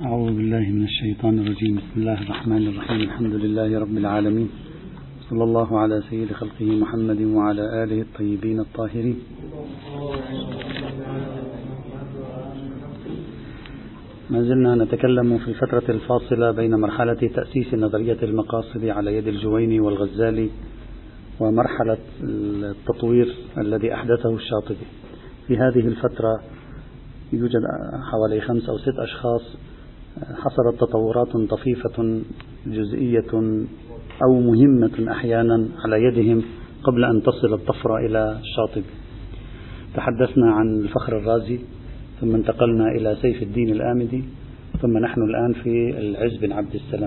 أعوذ بالله من الشيطان الرجيم. بسم الله الرحمن الرحيم. الحمد لله رب العالمين، صلى الله على سيد خلقه محمد وعلى آله الطيبين الطاهرين. ما زلنا نتكلم في الفترة الفاصلة بين مرحلة تأسيس نظرية المقاصد على يد الجويني والغزالي ومرحلة التطوير الذي أحدثه الشاطبي. في هذه الفترة يوجد حوالي 5 أو 6 أشخاص حصلت تطورات طفيفة جزئية أو مهمة أحيانا على يدهم قبل أن تصل الطفرة إلى الشاطبي. تحدثنا عن الفخر الرازي، ثم انتقلنا إلى سيف الدين الآمدي، ثم نحن الآن في العز بن عبد السلام.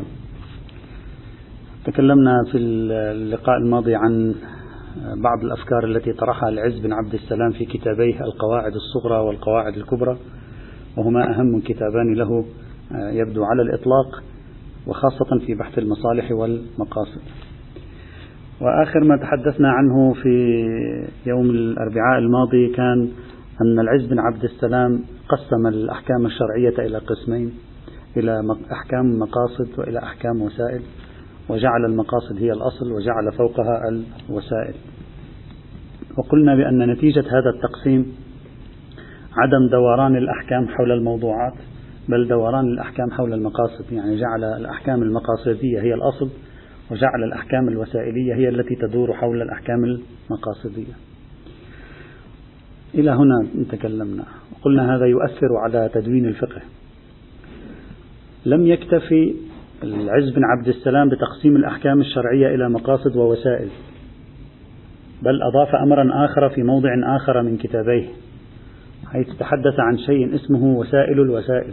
تكلمنا في اللقاء الماضي عن بعض الأفكار التي طرحها العز بن عبد السلام في كتابيه القواعد الصغرى والقواعد الكبرى، وهما أهم كتابان له يبدو على الإطلاق، وخاصة في بحث المصالح والمقاصد. وآخر ما تحدثنا عنه في يوم الأربعاء الماضي كان أن العز بن عبد السلام قسم الأحكام الشرعية إلى قسمين، إلى أحكام مقاصد وإلى أحكام وسائل، وجعل المقاصد هي الأصل وجعل فوقها الوسائل. وقلنا بأن نتيجة هذا التقسيم عدم دوران الأحكام حول الموضوعات، بل دوران الأحكام حول المقاصد، يعني جعل الأحكام المقاصدية هي الأصل وجعل الأحكام الوسائلية هي التي تدور حول الأحكام المقاصدية. إلى هنا تكلمنا، وقلنا هذا يؤثر على تدوين الفقه. لم يكتفي العز بن عبد السلام بتقسيم الأحكام الشرعية إلى مقاصد ووسائل، بل أضاف أمرا آخر في موضع آخر من كتابيه، حيث تحدث عن شيء اسمه وسائل الوسائل.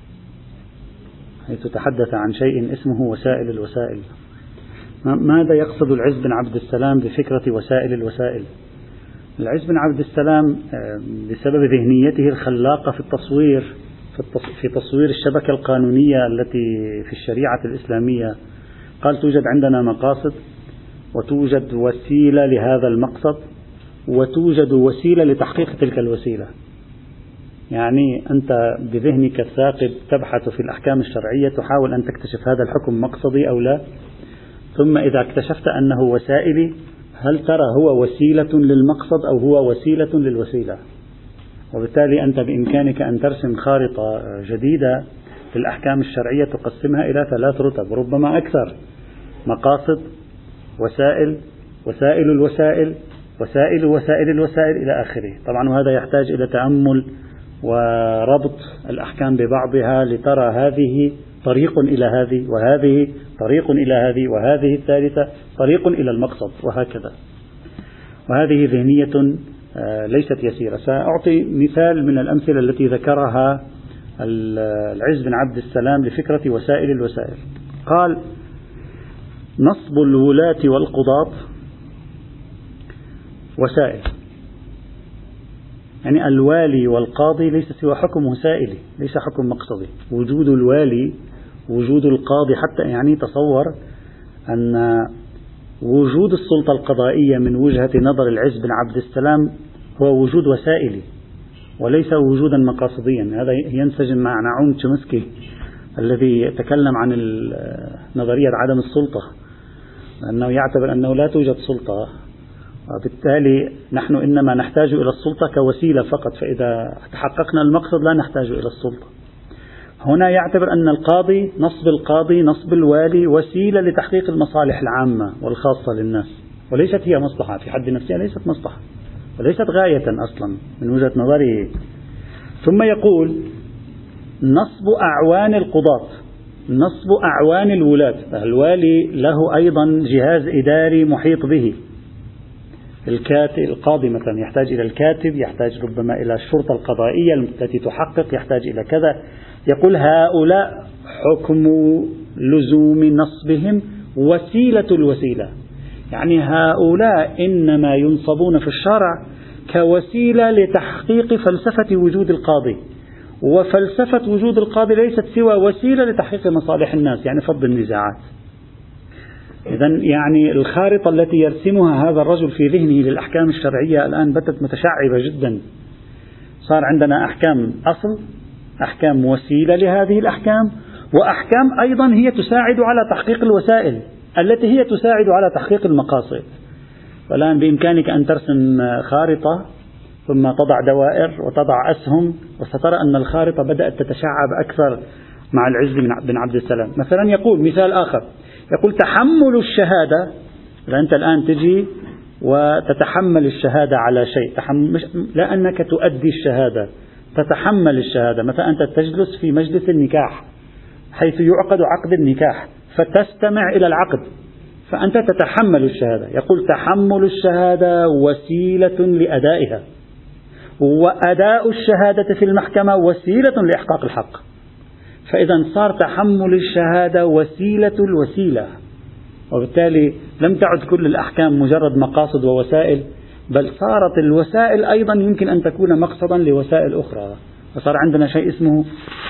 ماذا يقصد العز بن عبد السلام بفكرة وسائل الوسائل؟ العز بن عبد السلام بسبب ذهنيته الخلاقة في التصوير في تصوير الشبكة القانونية التي في الشريعة الإسلامية، قال توجد عندنا مقاصد، وتوجد وسيلة لهذا المقصد، وتوجد وسيلة لتحقيق تلك الوسيلة. يعني أنت بذهنك الثاقب تبحث في الأحكام الشرعية، تحاول أن تكتشف هذا الحكم مقصدي أو لا، ثم إذا اكتشفت أنه وسائلي، هل ترى هو وسيلة للمقصد أو هو وسيلة للوسيلة؟ وبالتالي أنت بإمكانك أن ترسم خارطة جديدة للأحكام الشرعية تقسمها إلى 3 رتب، ربما أكثر: مقاصد، وسائل، وسائل الوسائل، وسائل وسائل الوسائل إلى آخره. طبعا وهذا يحتاج إلى تأمل وربط الأحكام ببعضها لترى هذه طريق إلى هذه، وهذه طريق إلى هذه، وهذه الثالثة طريق إلى المقصد، وهكذا. وهذه ذهنية ليست يسيرة. سأعطي مثال من الأمثلة التي ذكرها العز بن عبد السلام لفكرة وسائل الوسائل. قال: نصب الولاة والقضاة وسائل. يعني الوالي والقاضي ليس سوى حكم وسائلي، ليس حكم مقصدي. وجود الوالي، وجود القاضي، حتى يعني تصور أن وجود السلطة القضائية من وجهة نظر العز بن عبد السلام هو وجود وسائلي وليس وجودا مقاصديا. هذا ينسجم مع نعوم تشومسكي الذي يتكلم عن نظرية عدم السلطة، لأنه يعتبر أنه لا توجد سلطة، وبالتالي نحن إنما نحتاج إلى السلطة كوسيلة فقط، فإذا تحققنا المقصد لا نحتاج إلى السلطة. هنا يعتبر أن القاضي، نصب الوالي، وسيلة لتحقيق المصالح العامة والخاصة للناس، وليست هي مصلحة في حد نفسها، ليست مصلحة وليست غاية أصلا من وجهة نظره. ثم يقول: نصب أعوان القضاة، نصب أعوان الولاة. الوالي له أيضا جهاز إداري محيط به. القاضي مثلا يحتاج إلى الكاتب، يحتاج ربما إلى الشرطة القضائية التي تحقق، يحتاج إلى كذا. يقول: هؤلاء حكم لزوم نصبهم وسيلة الوسيلة. يعني هؤلاء إنما ينصبون في الشرع كوسيلة لتحقيق فلسفة وجود القاضي، وفلسفة وجود القاضي ليست سوى وسيلة لتحقيق مصالح الناس، يعني فض النزاعات. إذن يعني الخارطة التي يرسمها هذا الرجل في ذهنه للأحكام الشرعية الآن باتت متشعبة جدا. صار عندنا أحكام أصل، أحكام وسيلة لهذه الأحكام، وأحكام أيضا هي تساعد على تحقيق الوسائل التي هي تساعد على تحقيق المقاصد. والآن بإمكانك أن ترسم خارطة ثم تضع دوائر وتضع أسهم، وسترى أن الخارطة بدأت تتشعب أكثر مع العز بن عبد السلام. مثلا يقول مثال آخر، يقول تحمل الشهادة، أنت الآن تجي وتتحمل الشهادة على شيء، لا أنك تؤدي الشهادة، تتحمل الشهادة. مثلا أنت تجلس في مجلس النكاح حيث يعقد عقد النكاح فتستمع إلى العقد، فأنت تتحمل الشهادة. يقول تحمل الشهادة وسيلة لأدائها، وأداء الشهادة في المحكمة وسيلة لإحقاق الحق. فإذا صار تحمل الشهادة وسيلة الوسيلة، وبالتالي لم تعد كل الأحكام مجرد مقاصد ووسائل، بل صارت الوسائل أيضا يمكن أن تكون مقصدا لوسائل أخرى، فصار عندنا شيء اسمه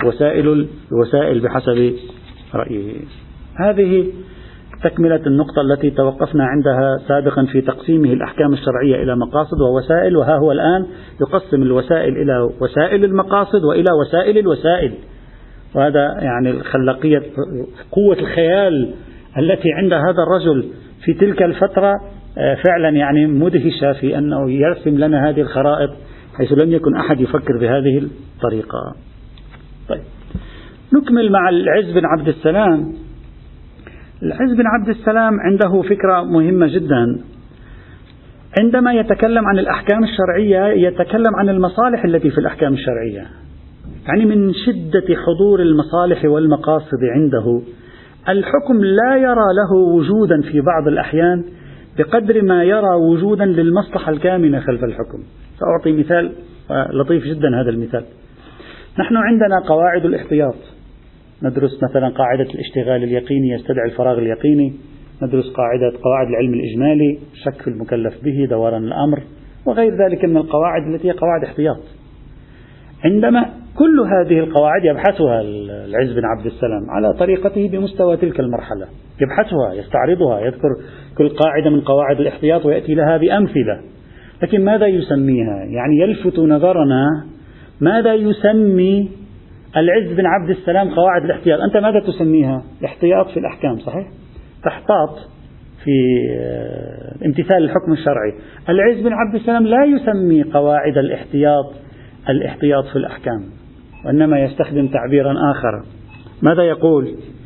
الوسائل بحسب رأيه. هذه تكملة النقطة التي توقفنا عندها سابقا في تقسيمه الأحكام الشرعية إلى مقاصد ووسائل، وها هو الآن يقسم الوسائل إلى وسائل المقاصد وإلى وسائل الوسائل. وهذا يعني الخلاقية، قوة الخيال التي عند هذا الرجل في تلك الفترة فعلا يعني مدهشة في أنه يرسم لنا هذه الخرائط حيث لم يكن أحد يفكر بهذه الطريقة. طيب نكمل مع العز بن عبد السلام. العز بن عبد السلام عنده فكرة مهمة جدا. عندما يتكلم عن الأحكام الشرعية يتكلم عن المصالح التي في الأحكام الشرعية، يعني من شدة حضور المصالح والمقاصد عنده الحكم لا يرى له وجودا في بعض الأحيان بقدر ما يرى وجودا للمصلحة الكامنة خلف الحكم. سأعطي مثال لطيف جدا. هذا المثال، نحن عندنا قواعد الاحتياط، ندرس مثلا قاعدة الاشتغال اليقيني يستدعي الفراغ اليقيني، ندرس قواعد العلم الإجمالي، شك في المكلف به، دوران الأمر، وغير ذلك من القواعد التي هي قواعد احتياط. عندما كل هذه القواعد يبحثها العز بن عبد السلام على طريقته بمستوى تلك المرحلة، يبحثها، يستعرضها، يذكر كل قاعدة من قواعد الاحتياط ويأتي لها بأمثلة. لكن ماذا يسميها؟ يعني يلفت نظرنا ماذا يسمي العز بن عبد السلام قواعد الاحتياط. أنت ماذا تسميها؟ الاحتياط في الأحكام، صحيح؟ تحتاط في امتثال الحكم الشرعي. العز بن عبد السلام لا يسمي قواعد الاحتياط في الأحكام، وإنما يستخدم تعبيرا آخر. ماذا يقول؟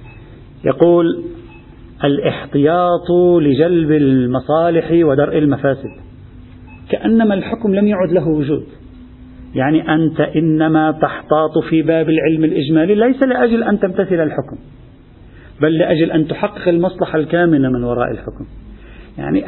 يقول الاحتياط لجلب المصالح ودرء المفاسد، كأنما الحكم لم يعد له وجود. يعني أنت إنما تحتاط في باب العلم الإجمالي ليس لأجل أن تمتثل الحكم، بل لأجل أن تحقق المصلحة الكامنة من وراء الحكم. يعني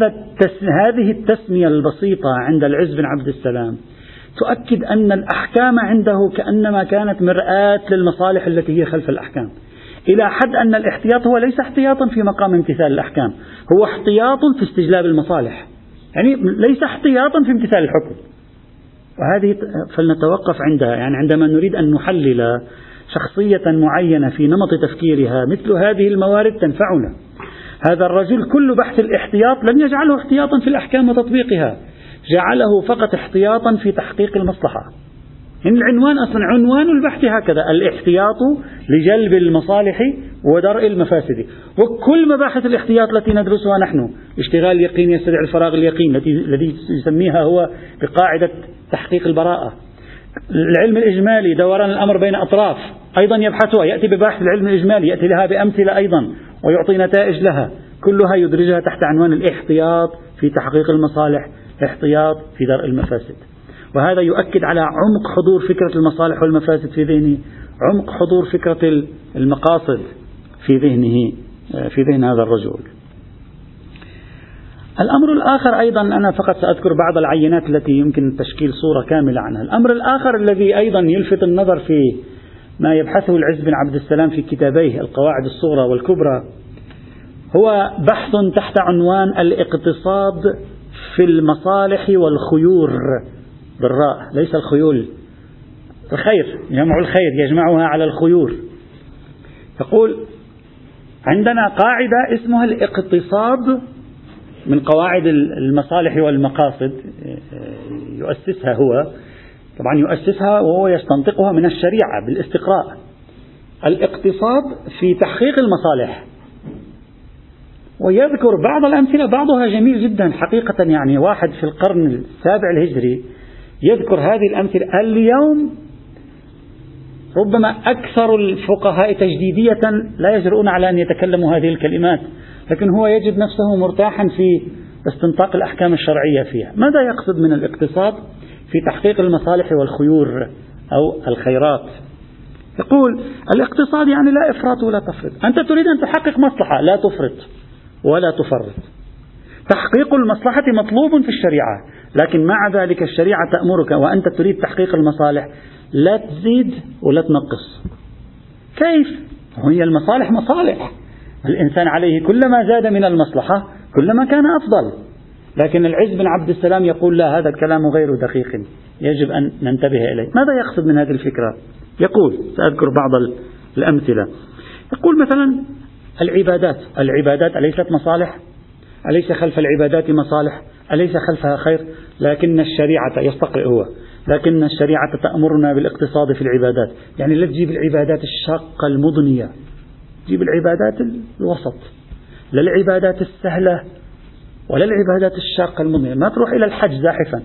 هذه التسمية البسيطة عند العز بن عبد السلام تؤكد أن الأحكام عنده كأنما كانت مرآة للمصالح التي هي خلف الأحكام، إلى حد أن الاحتياط هو ليس احتياطا في مقام امتثال الأحكام، هو احتياط في استجلاب المصالح، يعني ليس احتياطا في امتثال الحكم. وهذه فلنتوقف عندها. يعني عندما نريد أن نحلل شخصية معينة في نمط تفكيرها، مثل هذه الموارد تنفعنا. هذا الرجل كل بحث الاحتياط لم يجعله احتياطا في الأحكام وتطبيقها، جعله فقط احتياطا في تحقيق المصلحة. إن العنوان أصلا عنوان البحث هكذا: الاحتياط لجلب المصالح ودرء المفاسد. وكل مباحث الاحتياط التي ندرسها نحن، اشتغال يقين يستدعي الفراغ اليقين الذي يسميها هو بقاعدة تحقيق البراءة، العلم الإجمالي دوران الأمر بين أطراف، أيضا يبحثها، يأتي بباحث العلم الإجمالي، يأتي لها بأمثلة أيضا ويعطي نتائج لها، كلها يدرجها تحت عنوان الاحتياط في تحقيق المصالح، الاحتياط في درء المفاسد. وهذا يؤكد على عمق حضور فكرة المصالح والمفاسد في ذهنه، عمق حضور فكرة المقاصد في ذهن هذا الرجل. الأمر الآخر أيضا، أنا فقط سأذكر بعض العينات التي يمكن تشكيل صورة كاملة عنها. الأمر الآخر الذي أيضا يلفت النظر في ما يبحثه العز بن عبد السلام في كتابيه القواعد الصغرى والكبرى هو بحث تحت عنوان الاقتصاد في المصالح والخيور، بالراء ليس الخيول، الخير، جمع الخير يجمعها على الخيور. يقول عندنا قاعدة اسمها الاقتصاد من قواعد المصالح والمقاصد، يؤسسها هو، طبعا يؤسسها وهو يستنطقها من الشريعة بالاستقراء. الاقتصاد في تحقيق المصالح، ويذكر بعض الأمثلة بعضها جميل جدا حقيقة. يعني واحد في القرن السابع الهجري يذكر هذه الأمثلة. اليوم ربما أكثر الفقهاء تجديدية لا يجرؤون على أن يتكلموا هذه الكلمات، لكن هو يجد نفسه مرتاحا في استنطاق الأحكام الشرعية فيها. ماذا يقصد من الاقتصاد في تحقيق المصالح والخيور أو الخيرات؟ يقول الاقتصاد يعني لا إفراط ولا تفرط. أنت تريد أن تحقق مصلحة، لا تفرط ولا تفرط. تحقيق المصلحة مطلوب في الشريعة، لكن مع ذلك الشريعة تأمرك وأنت تريد تحقيق المصالح لا تزيد ولا تنقص. كيف؟ هي المصالح مصالح، الإنسان عليه كلما زاد من المصلحة كلما كان أفضل. لكن العز بن عبد السلام يقول لا، هذا الكلام غير دقيق، يجب أن ننتبه إليه. ماذا يقصد من هذه الفكرة؟ يقول، سأذكر بعض الأمثلة. يقول مثلا العبادات أليست مصالح؟ أليس خلف العبادات مصالح؟ أليس خلفها خير؟ لكن الشريعة، يستقرئ هو، لكن الشريعة تأمرنا بالاقتصاد في العبادات. يعني لا تجيب العبادات الشاقة المضنية، تجيب العبادات الوسط، لا العبادات السهلة ولا العبادات الشاقة المضنية. ما تروح إلى الحج زاحفا،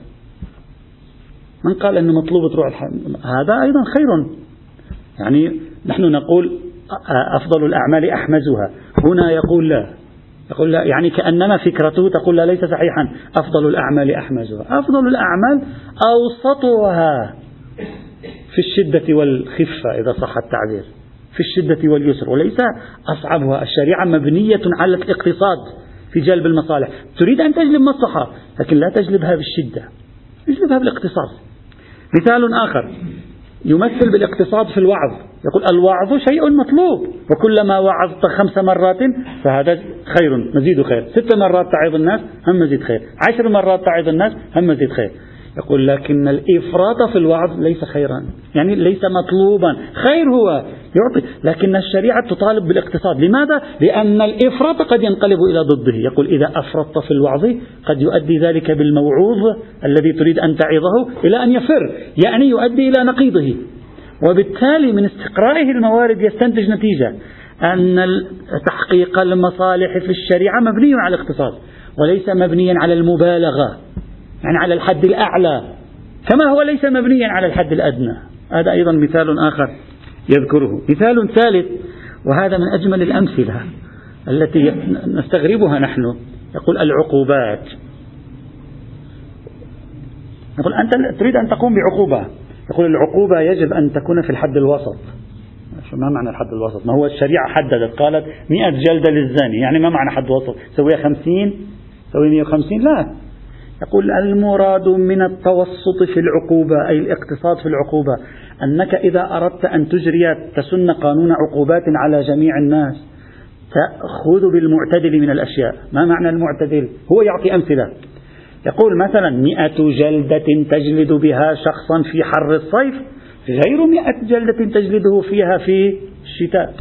من قال أنه مطلوب تروح الحج؟ هذا أيضا خير. يعني نحن نقول أفضل الأعمال أحمزها، هنا يقول لا، يعني كأنما فكرته تقول لا، ليس صحيحا. أفضل الأعمال أحمزها، أفضل الأعمال أوسطها في الشدة والخفة إذا صح التعبير، في الشدة واليسر، وليس أصعبها. الشريعة مبنية على الاقتصاد في جلب المصالح. تريد أن تجلب مصلحة لكن لا تجلبها بالشدة، تجلبها بالاقتصاد. مثال آخر يمثل بالاقتصاد في الوعظ. يقول الوعظ شيء مطلوب، وكلما وعظت 5 مرات فهذا خير، مزيد خير. 6 مرات تعظ الناس هم مزيد خير، 10 مرات تعظ الناس هم مزيد خير. يقول لكن الإفراط في الوعظ ليس خيرا، يعني ليس مطلوبا. خير هو يعطي، لكن الشريعة تطالب بالاقتصاد. لماذا؟ لأن الإفراط قد ينقلب إلى ضده. يقول إذا أفرطت في الوعظ قد يؤدي ذلك بالموعوظ الذي تريد أن تعظه إلى أن يفر، يعني يؤدي إلى نقيضه. وبالتالي من استقرائه الموارد يستنتج نتيجة أن تحقيق المصالح في الشريعة مبني على الاقتصاد وليس مبنيا على المبالغة، يعني على الحد الأعلى، كما هو ليس مبنيا على الحد الأدنى. هذا أيضا مثال آخر يذكره. مثال ثالث، وهذا من أجمل الأمثلة التي نستغربها نحن. يقول العقوبات. يقول أنت تريد أن تقوم بعقوبة، يقول العقوبة يجب أن تكون في الحد الوسط. ما معنى الحد الوسط؟ ما هو الشريعة حددت، قالت 100 جلدة للزاني، يعني ما معنى حد وسط؟ سويها 50؟ سوي 150؟ لا. يقول المراد من التوسط في العقوبة أي الاقتصاد في العقوبة أنك إذا أردت أن تسن قانون عقوبات على جميع الناس تأخذ بالمعتدل من الأشياء. ما معنى المعتدل؟ هو يعطي أمثلة. يقول مثلا 100 جلدة تجلد بها شخصا في حر الصيف غير 100 جلدة تجلده فيها في الشتاء،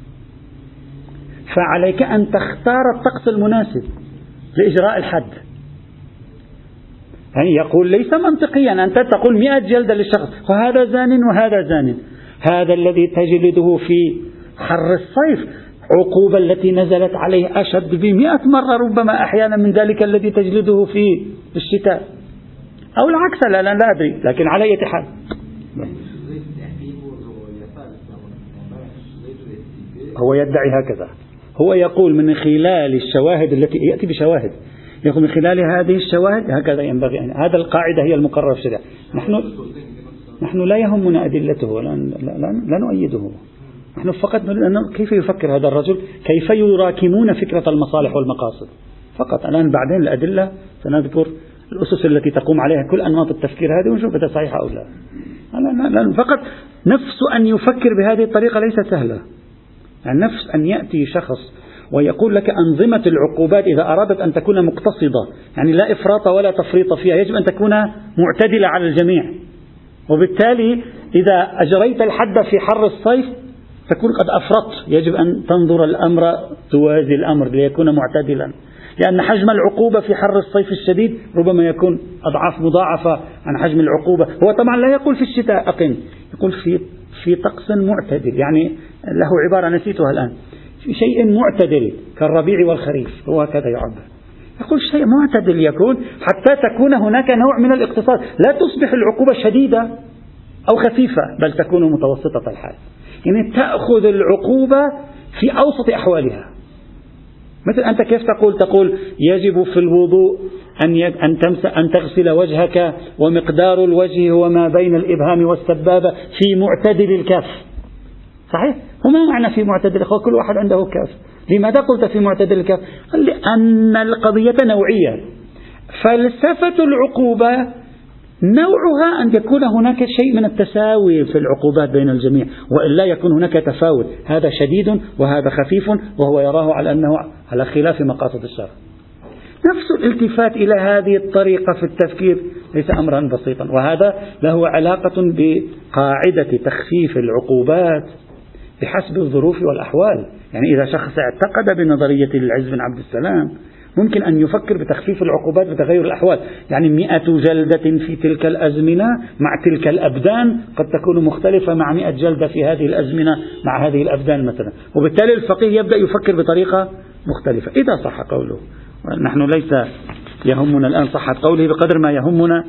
فعليك أن تختار الطقس المناسب لإجراء الحد. يعني يقول ليس منطقيا أنت تقول 100 جلدة للشخص وهذا زان وهذا زان. هذا الذي تجلده في حر الصيف عقوبة التي نزلت عليه أشد ب100 مرة ربما أحيانا من ذلك الذي تجلده في الشتاء، أو العكس، لا أدري، لكن على أي حال هو يدعي هكذا. هو يقول من خلال الشواهد التي يأتي بشواهد، يقول من خلال هذه الشواهد هكذا ينبغي أن هذا القاعدة هي المقررة في الشريعة. نحن لا يهمنا أدلته، لا نؤيده. نحن فقط نريد كيف يفكر هذا الرجل، كيف يراكمون فكرة المصالح والمقاصد فقط. الآن بعدين الأدلة سنذكر الأسس التي تقوم عليها كل أنماط التفكير هذه ونشوف إذا صحيحة أو لا. فقط نفس أن يفكر بهذه الطريقة ليست سهلة. يعني نفس أن يأتي شخص ويقول لك أنظمة العقوبات إذا أرادت أن تكون مقتصدة، يعني لا إفراط ولا تفريط فيها، يجب أن تكون معتدلة على الجميع، وبالتالي إذا أجريت الحد في حر الصيف تكون قد أفرطت. يجب أن تنظر الأمر توازي الأمر ليكون معتدلا. لأن حجم العقوبة في حر الصيف الشديد ربما يكون أضعاف مضاعفة عن حجم العقوبة. هو طبعا لا يقول في الشتاء أقم، يقول في طقس معتدل، يعني له عبارة نسيتها الآن، في شيء معتدل كالربيع والخريف، هو هكذا يعبر. يقول شيء معتدل يكون حتى تكون هناك نوع من الاقتصاد، لا تصبح العقوبة شديدة أو خفيفة بل تكون متوسطة الحال، يعني تأخذ العقوبة في أوسط أحوالها. مثل أنت كيف تقول يجب في الوضوء أن تغسل وجهك ومقدار الوجه هو ما بين الإبهام والسبابة في معتدل الكف، صحيح؟ وما معنى في معتدل؟ كل واحد عنده كف. لماذا قلت في معتدل الكف؟ لأن القضية نوعية. فلسفة العقوبة نوعها أن يكون هناك شيء من التساوي في العقوبات بين الجميع، وإلا يكون هناك تفاوت، هذا شديد وهذا خفيف، وهو يراه على أنه على خلاف مقاصد الشرع. نفس الالتفات إلى هذه الطريقة في التفكير ليس أمرا بسيطا، وهذا له علاقة بقاعدة تخفيف العقوبات بحسب الظروف والأحوال. يعني إذا شخص اعتقد بنظرية العز بن عبد السلام ممكن أن يفكر بتخفيف العقوبات بتغير الأحوال، يعني 100 جلدة في تلك الأزمنة مع تلك الأبدان قد تكون مختلفة مع 100 جلدة في هذه الأزمنة مع هذه الأبدان مثلا، وبالتالي الفقيه يبدأ يفكر بطريقة مختلفة إذا صح قوله. نحن ليس يهمنا الآن صحة قوله بقدر ما يهمنا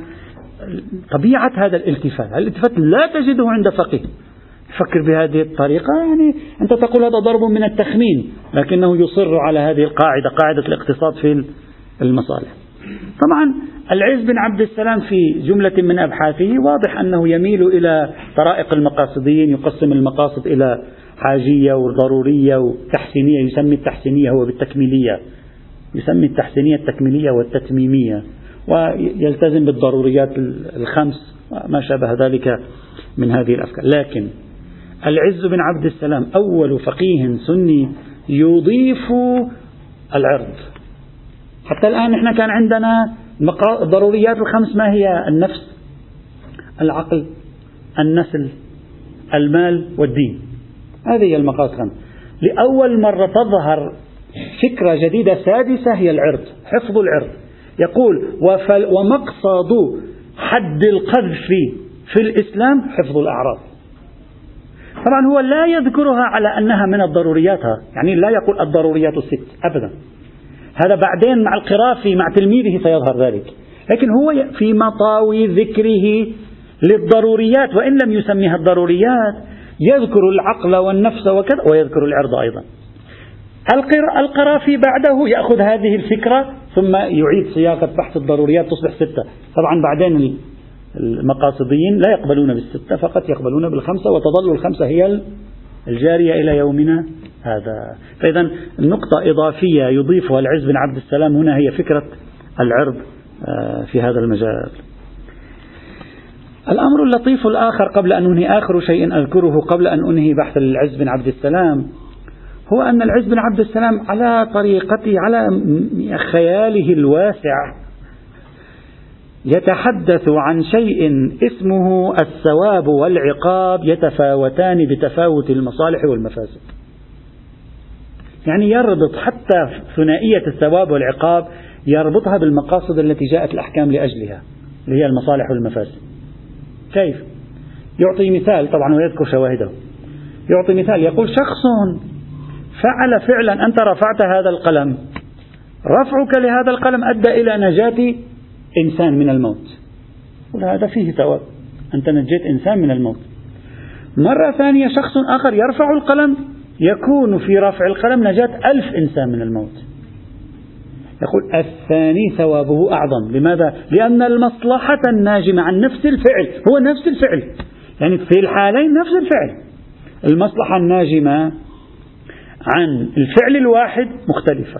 طبيعة هذا الالتفات. الالتفات لا تجده عند فقيه يفكر بهذه الطريقة، يعني أنت تقول هذا ضرب من التخمين، لكنه يصر على هذه القاعدة، قاعدة الاقتصاد في المصالح. طبعا العز بن عبد السلام في جملة من أبحاثه واضح أنه يميل إلى طرائق المقاصديين، يقسم المقاصد إلى حاجية وضرورية وتحسينية، يسمي التحسينية هو بالتكميلية، يسمي التحسينية التكميلية والتتميمية، ويلتزم بالضروريات الخمس وما شابه ذلك من هذه الأفكار. لكن العز بن عبد السلام أول فقيه سني يضيف العرض. حتى الآن إحنا كان عندنا الضروريات الخمس، ما هي؟ النفس، العقل، النسل، المال والدين، هذه هي المقاصد الخمس. لأول مرة تظهر فكرة جديدة سادسة هي العرض، حفظ العرض. يقول ومقصد حد القذف في الإسلام حفظ الأعراض. طبعا هو لا يذكرها على أنها من الضروريات، يعني لا يقول الضروريات الست أبدا، هذا بعدين مع القرافي مع تلميذه سيظهر ذلك، لكن هو في مطاوي ذكره للضروريات وإن لم يسميها الضروريات يذكر العقل والنفس وكذا، ويذكر العرض أيضا. القرافي بعده يأخذ هذه الفكرة ثم يعيد صياغة بحث الضروريات تصبح 6. طبعا بعدين المقاصديين لا يقبلون بال6 فقط، يقبلون بال5، وتظل ال5 هي الجارية إلى يومنا هذا. فإذا النقطة إضافية يضيفها العز بن عبد السلام هنا هي فكرة العرض في هذا المجال. الأمر اللطيف الآخر قبل أن أنهي، آخر شيء أذكره قبل أن أنهي بحث العز بن عبد السلام، هو أن العز بن عبد السلام على طريقته، على خياله الواسع، يتحدث عن شيء اسمه الثواب والعقاب يتفاوتان بتفاوت المصالح والمفاسد. يعني يربط حتى ثنائية الثواب والعقاب يربطها بالمقاصد التي جاءت الأحكام لأجلها اللي هي المصالح والمفاسد. كيف؟ يعطي مثال طبعا ويذكر شواهده. يعطي مثال، يقول شخص فعل فعلا، أنت رفعت هذا القلم، رفعك لهذا القلم أدى إلى نجاة إنسان من الموت، وهذا فيه ثواب، أنت نجيت إنسان من الموت. مرة ثانية شخص آخر يرفع القلم، يكون في رفع القلم نجاة 1000 إنسان من الموت. يقول الثاني ثوابه أعظم. لماذا؟ لأن المصلحة الناجمة عن نفس الفعل هو نفس الفعل، يعني في الحالين نفس الفعل، المصلحة الناجمة عن الفعل الواحد مختلفة.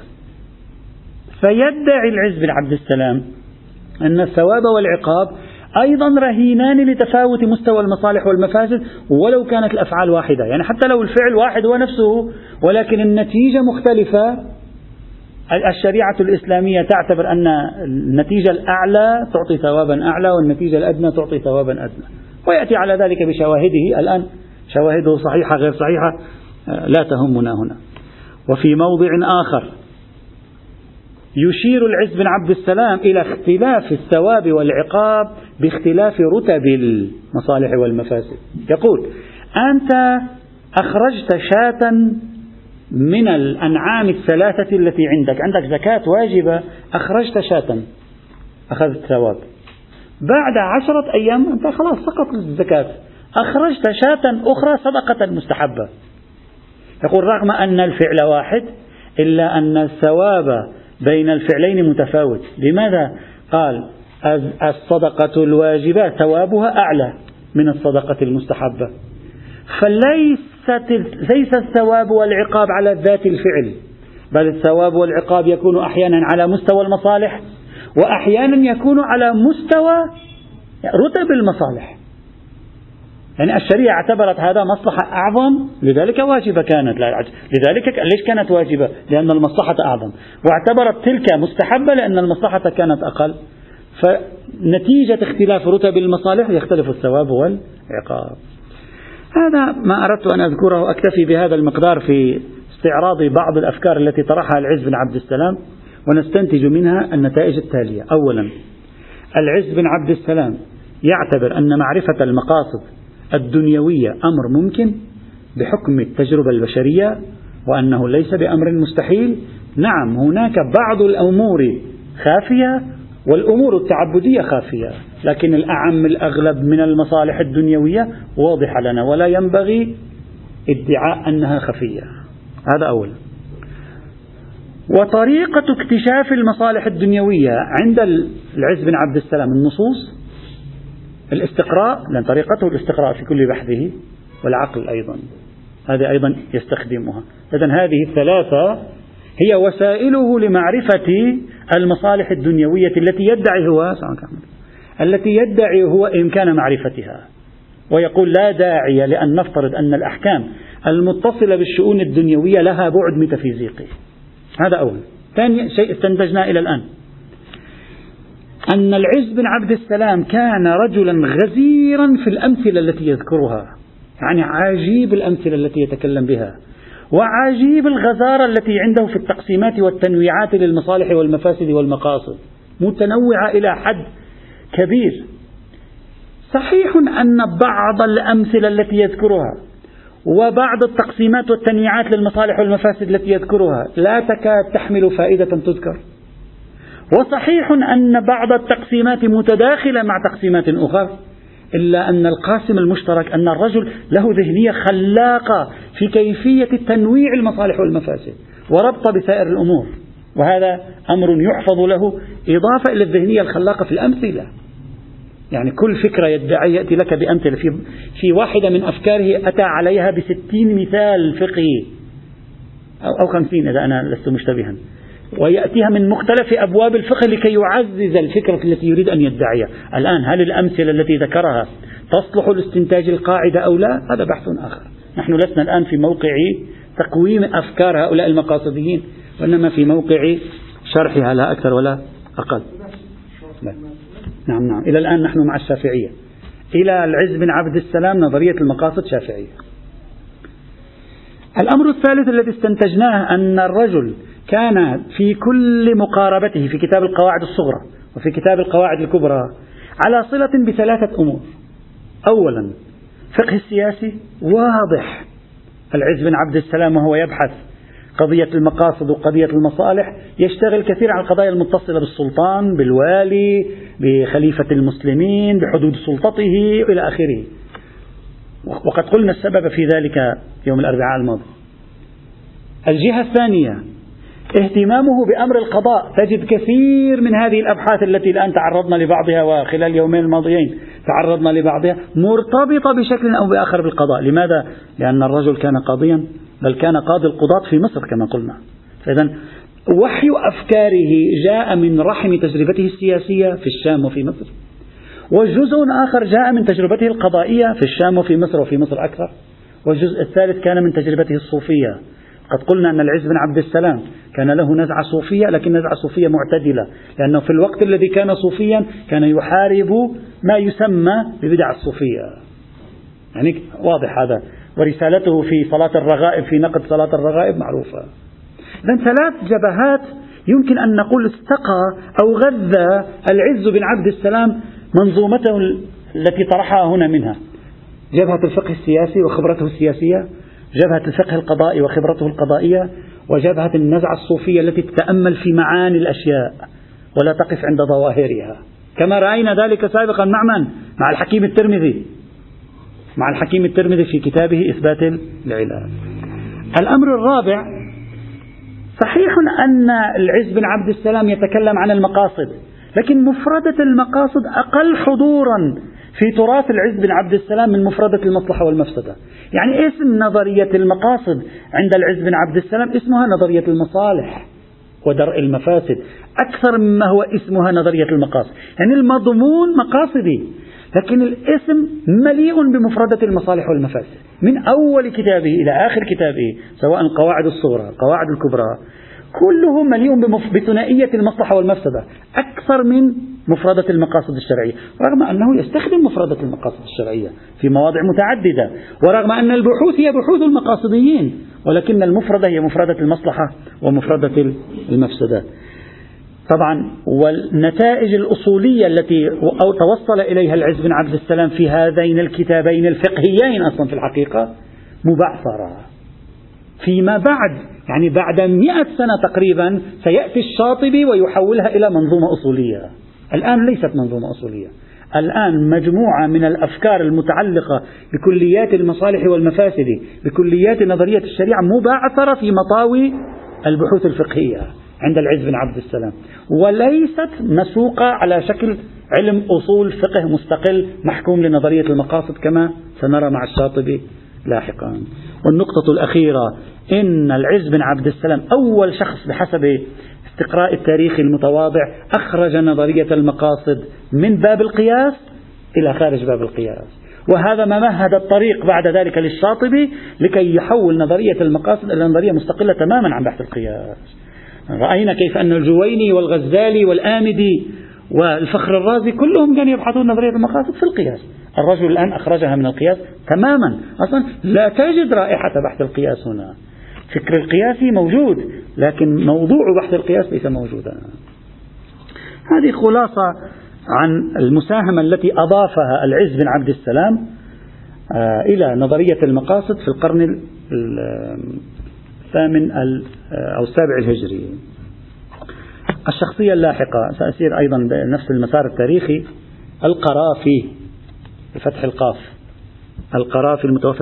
فيدعي العز بن عبد السلام أن الثواب والعقاب أيضا رهينان لتفاوت مستوى المصالح والمفاسد ولو كانت الأفعال واحدة، يعني حتى لو الفعل واحد هو نفسه ولكن النتيجة مختلفة. الشريعة الإسلامية تعتبر أن النتيجة الأعلى تعطي ثوابا أعلى والنتيجة الأدنى تعطي ثوابا أدنى، ويأتي على ذلك بشواهده. الآن شواهده صحيحة غير صحيحة لا تهمنا هنا. وفي موضع آخر يشير العز بن عبد السلام إلى اختلاف الثواب والعقاب باختلاف رتب المصالح والمفاسد. يقول: أنت أخرجت شاة من الأنعام الثلاثة التي عندك زكاة واجبة، أخرجت شاة أخذت ثواب. بعد 10 أيام أنت خلاص سقط الزكاة، أخرجت شاة أخرى صدقة مستحبة. يقول: رغم أن الفعل واحد إلا أن الثواب بين الفعلين متفاوت. لماذا؟ قال: الصدقة الواجبة ثوابها أعلى من الصدقة المستحبة، ليس الثواب والعقاب على ذات الفعل، بل الثواب والعقاب يكون أحيانا على مستوى المصالح، وأحيانا يكون على مستوى رتب المصالح. يعني الشريعة اعتبرت هذا مصلحة أعظم لذلك واجبة كانت، لذلك ليش كانت واجبة؟ لأن المصلحة أعظم، واعتبرت تلك مستحبة لأن المصلحة كانت أقل. فنتيجة اختلاف رتب المصالح يختلف الثواب والعقاب. هذا ما أردت أن أذكره، أكتفي بهذا المقدار في استعراض بعض الأفكار التي طرحها العز بن عبد السلام، ونستنتج منها النتائج التالية. أولا، العز بن عبد السلام يعتبر أن معرفة المقاصد الدنيوية أمر ممكن بحكم التجربة البشرية، وأنه ليس بأمر مستحيل. نعم، هناك بعض الأمور خافية والأمور التعبدية خافية، لكن الأغلب من المصالح الدنيوية واضحة لنا ولا ينبغي ادعاء أنها خفية. هذا أولا. وطريقة اكتشاف المصالح الدنيوية عند العز بن عبد السلام النصوص، الاستقراء، لأن طريقته الاستقراء في كل بحثه، والعقل أيضا هذا أيضا يستخدمها. إذن هذه الثلاثة هي وسائله لمعرفة المصالح الدنيوية التي يدعي هو إمكان معرفتها، ويقول لا داعي لأن نفترض أن الأحكام المتصلة بالشؤون الدنيوية لها بعد ميتافيزيقي. هذا أول. ثاني شيء استنتجنا إلى الآن أن العز بن عبد السلام كان رجلا غزيرا في الأمثلة التي يذكرها، يعني عجيب الأمثلة التي يتكلم بها، وعجيب الغزارة التي عنده في التقسيمات والتنويعات للمصالح والمفاسد والمقاصد، متنوعة إلى حد كبير. صحيح أن بعض الأمثلة التي يذكرها وبعض التقسيمات والتنويعات للمصالح والمفاسد التي يذكرها لا تكاد تحمل فائدة تذكر، وصحيح أن بعض التقسيمات متداخلة مع تقسيمات أخرى، إلا أن القاسم المشترك أن الرجل له ذهنية خلاقة في كيفية تنويع المصالح والمفاسد وربط بسائر الأمور، وهذا أمر يحفظ له، إضافة إلى الذهنية الخلاقة في الأمثلة. يعني كل فكرة يدعي يأتي لك بأمثلة، في واحدة من أفكاره أتى عليها ب60 مثال فقهي أو 50 إذا أنا لست مشتبها، ويأتيها من مختلف أبواب الفقه لكي يعزز الفكرة التي يريد أن يدعيها. الآن هل الأمثلة التي ذكرها تصلح لاستنتاج القاعدة أو لا؟ هذا بحث آخر. نحن لسنا الآن في موقع تقويم أفكار هؤلاء المقاصديين، وإنما في موقع شرحها لا أكثر ولا أقل. لا. نعم. إلى الآن نحن مع الشافعية. إلى العز بن عبد السلام نظرية المقاصد شافعية. الأمر الثالث الذي استنتجناه أن الرجل كان في كل مقاربته في كتاب القواعد الصغرى وفي كتاب القواعد الكبرى على صلة ب3 أمور. أولا، فقه السياسي واضح. العز بن عبد السلام وهو يبحث قضية المقاصد وقضية المصالح يشتغل كثير على القضايا المتصلة بالسلطان، بالوالي، بخليفة المسلمين، بحدود سلطته إلى آخره. وقد قلنا السبب في ذلك يوم الأربعاء الماضي. الجهة الثانية، اهتمامه بأمر القضاء. تجد كثير من هذه الأبحاث التي الآن تعرضنا لبعضها وخلال اليومين الماضيين تعرضنا لبعضها مرتبطة بشكل أو بآخر بالقضاء. لماذا؟ لأن الرجل كان قاضيا، بل كان قاضي القضاة في مصر كما قلنا. فإذن وحي أفكاره جاء من رحم تجربته السياسية في الشام وفي مصر، وجزء آخر جاء من تجربته القضائية في الشام وفي مصر وفي مصر أكثر، والجزء الثالث كان من تجربته الصوفية. قد قلنا أن العز بن عبد السلام كان له نزعة صوفية، لكن نزعة صوفية معتدلة، لأنه في الوقت الذي كان صوفيا كان يحارب ما يسمى ببدع الصوفية. يعني واضح هذا، ورسالته في صلاة الرغائب، في نقد صلاة الرغائب معروفة. إذن 3 جبهات يمكن أن نقول استقى أو غذى العز بن عبد السلام منظومته التي طرحها هنا منها جبهة الفقه السياسي وخبرته السياسية، جبهة الفقه القضائي وخبرته القضائية، وجبهة النزعة الصوفية التي تتأمل في معاني الأشياء ولا تقف عند ظواهرها، كما رأينا ذلك سابقا مع من؟ مع الحكيم الترمذي، مع الحكيم الترمذي في كتابه إثبات العلل. الأمر الرابع، صحيح أن العز بن عبد السلام يتكلم عن المقاصد، لكن مفردة المقاصد أقل حضورا في تراث العز بن عبد السلام من مفردة المصلحة والمفسدة. يعني اسم نظرية المقاصد عند العز بن عبد السلام اسمها نظرية المصالح ودرء المفاسد أكثر مما هو اسمها نظرية المقاصد. يعني المضمون مقاصدي، لكن الاسم مليء بمفردة المصالح والمفاسد من أول كتابه إلى آخر كتابه، سواء القواعد الصغرى القواعد الكبرى، كله مليء بثنائية المصلحة والمفسدة أكثر من مفردة المقاصد الشرعية، رغم أنه يستخدم مفردة المقاصد الشرعية في مواضع متعددة، ورغم أن البحوث هي بحوث المقاصديين، ولكن المفردة هي مفردة المصلحة ومفردة المفسدة. طبعا والنتائج الأصولية التي توصل إليها العز بن عبد السلام في هذين الكتابين الفقهيين أصلا في الحقيقة مبعثرة فيما بعد، يعني بعد 100 سنة تقريبا سيأتي الشاطبي ويحولها إلى منظومة أصولية. الآن ليست منظومة أصولية، الآن مجموعة من الأفكار المتعلقة بكليات المصالح والمفاسد، بكليات نظرية الشريعة مبعثرة في مطاوي البحوث الفقهية عند العز بن عبد السلام، وليست مسوقة على شكل علم أصول فقه مستقل محكوم لنظرية المقاصد كما سنرى مع الشاطبي لاحقا. والنقطة الأخيرة، إن العز بن عبد السلام أول شخص بحسب استقراء التاريخ المتواضع أخرج نظرية المقاصد من باب القياس إلى خارج باب القياس، وهذا ما مهد الطريق بعد ذلك للشاطبي لكي يحول نظرية المقاصد إلى نظرية مستقلة تماما عن بحث القياس. رأينا كيف أن الجويني والغزالي والآمدي والفخر الرازي كلهم كانوا يبحثون نظرية المقاصد في القياس، الرجل الآن أخرجها من القياس تماما، أصلا لا تجد رائحة بحث القياس هنا، فكر القياسي موجود لكن موضوع بحث القياس ليس موجودا. هذه خلاصة عن المساهمة التي أضافها العز بن عبد السلام إلى نظرية المقاصد في القرن الثامن أو السابع الهجري. الشخصية اللاحقة سأسير أيضا بنفس المسار التاريخي، القرافي بفتح القاف، القرافي المتوفى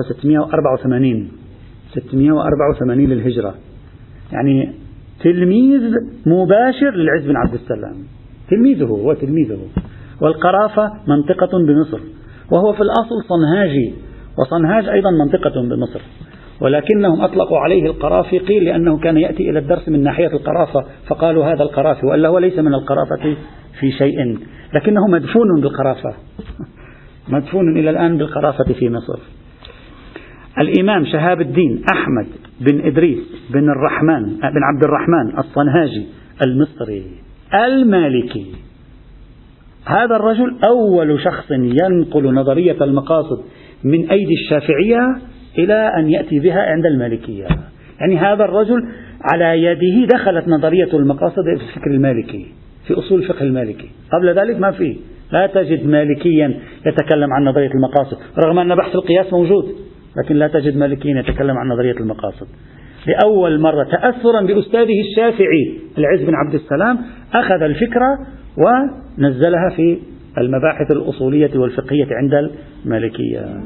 684 للهجرة، يعني تلميذ مباشر للعز بن عبد السلام، تلميذه هو تلميذه. والقرافة منطقة بمصر، وهو في الأصل صنهاجي، وصنهاج أيضا منطقة بمصر، ولكنهم أطلقوا عليه القرافي قيل لأنه كان يأتي إلى الدرس من ناحية القرافة فقالوا هذا القرافي، وإلا هو ليس من القرافة في شيء، لكنه مدفون بالقرافة مدفون إلى الآن بالقرافة في مصر. الإمام شهاب الدين أحمد بن إدريس بن عبد الرحمن الصنهاجي المصري المالكي، هذا الرجل أول شخص ينقل نظرية المقاصد من أيدي الشافعية إلى أن يأتي بها عند المالكية. يعني هذا الرجل على يده دخلت نظرية المقاصد في الفكر المالكي، في أصول الفقه المالكي. قبل ذلك ما فيه، لا تجد مالكيا يتكلم عن نظرية المقاصد، رغم أن بحث القياس موجود، لكن لا تجد مالكيا يتكلم عن نظرية المقاصد. لأول مرة تأثرا بأستاذه الشافعي العز بن عبد السلام أخذ الفكرة ونزلها في المباحث الأصولية والفقهية عند المالكية.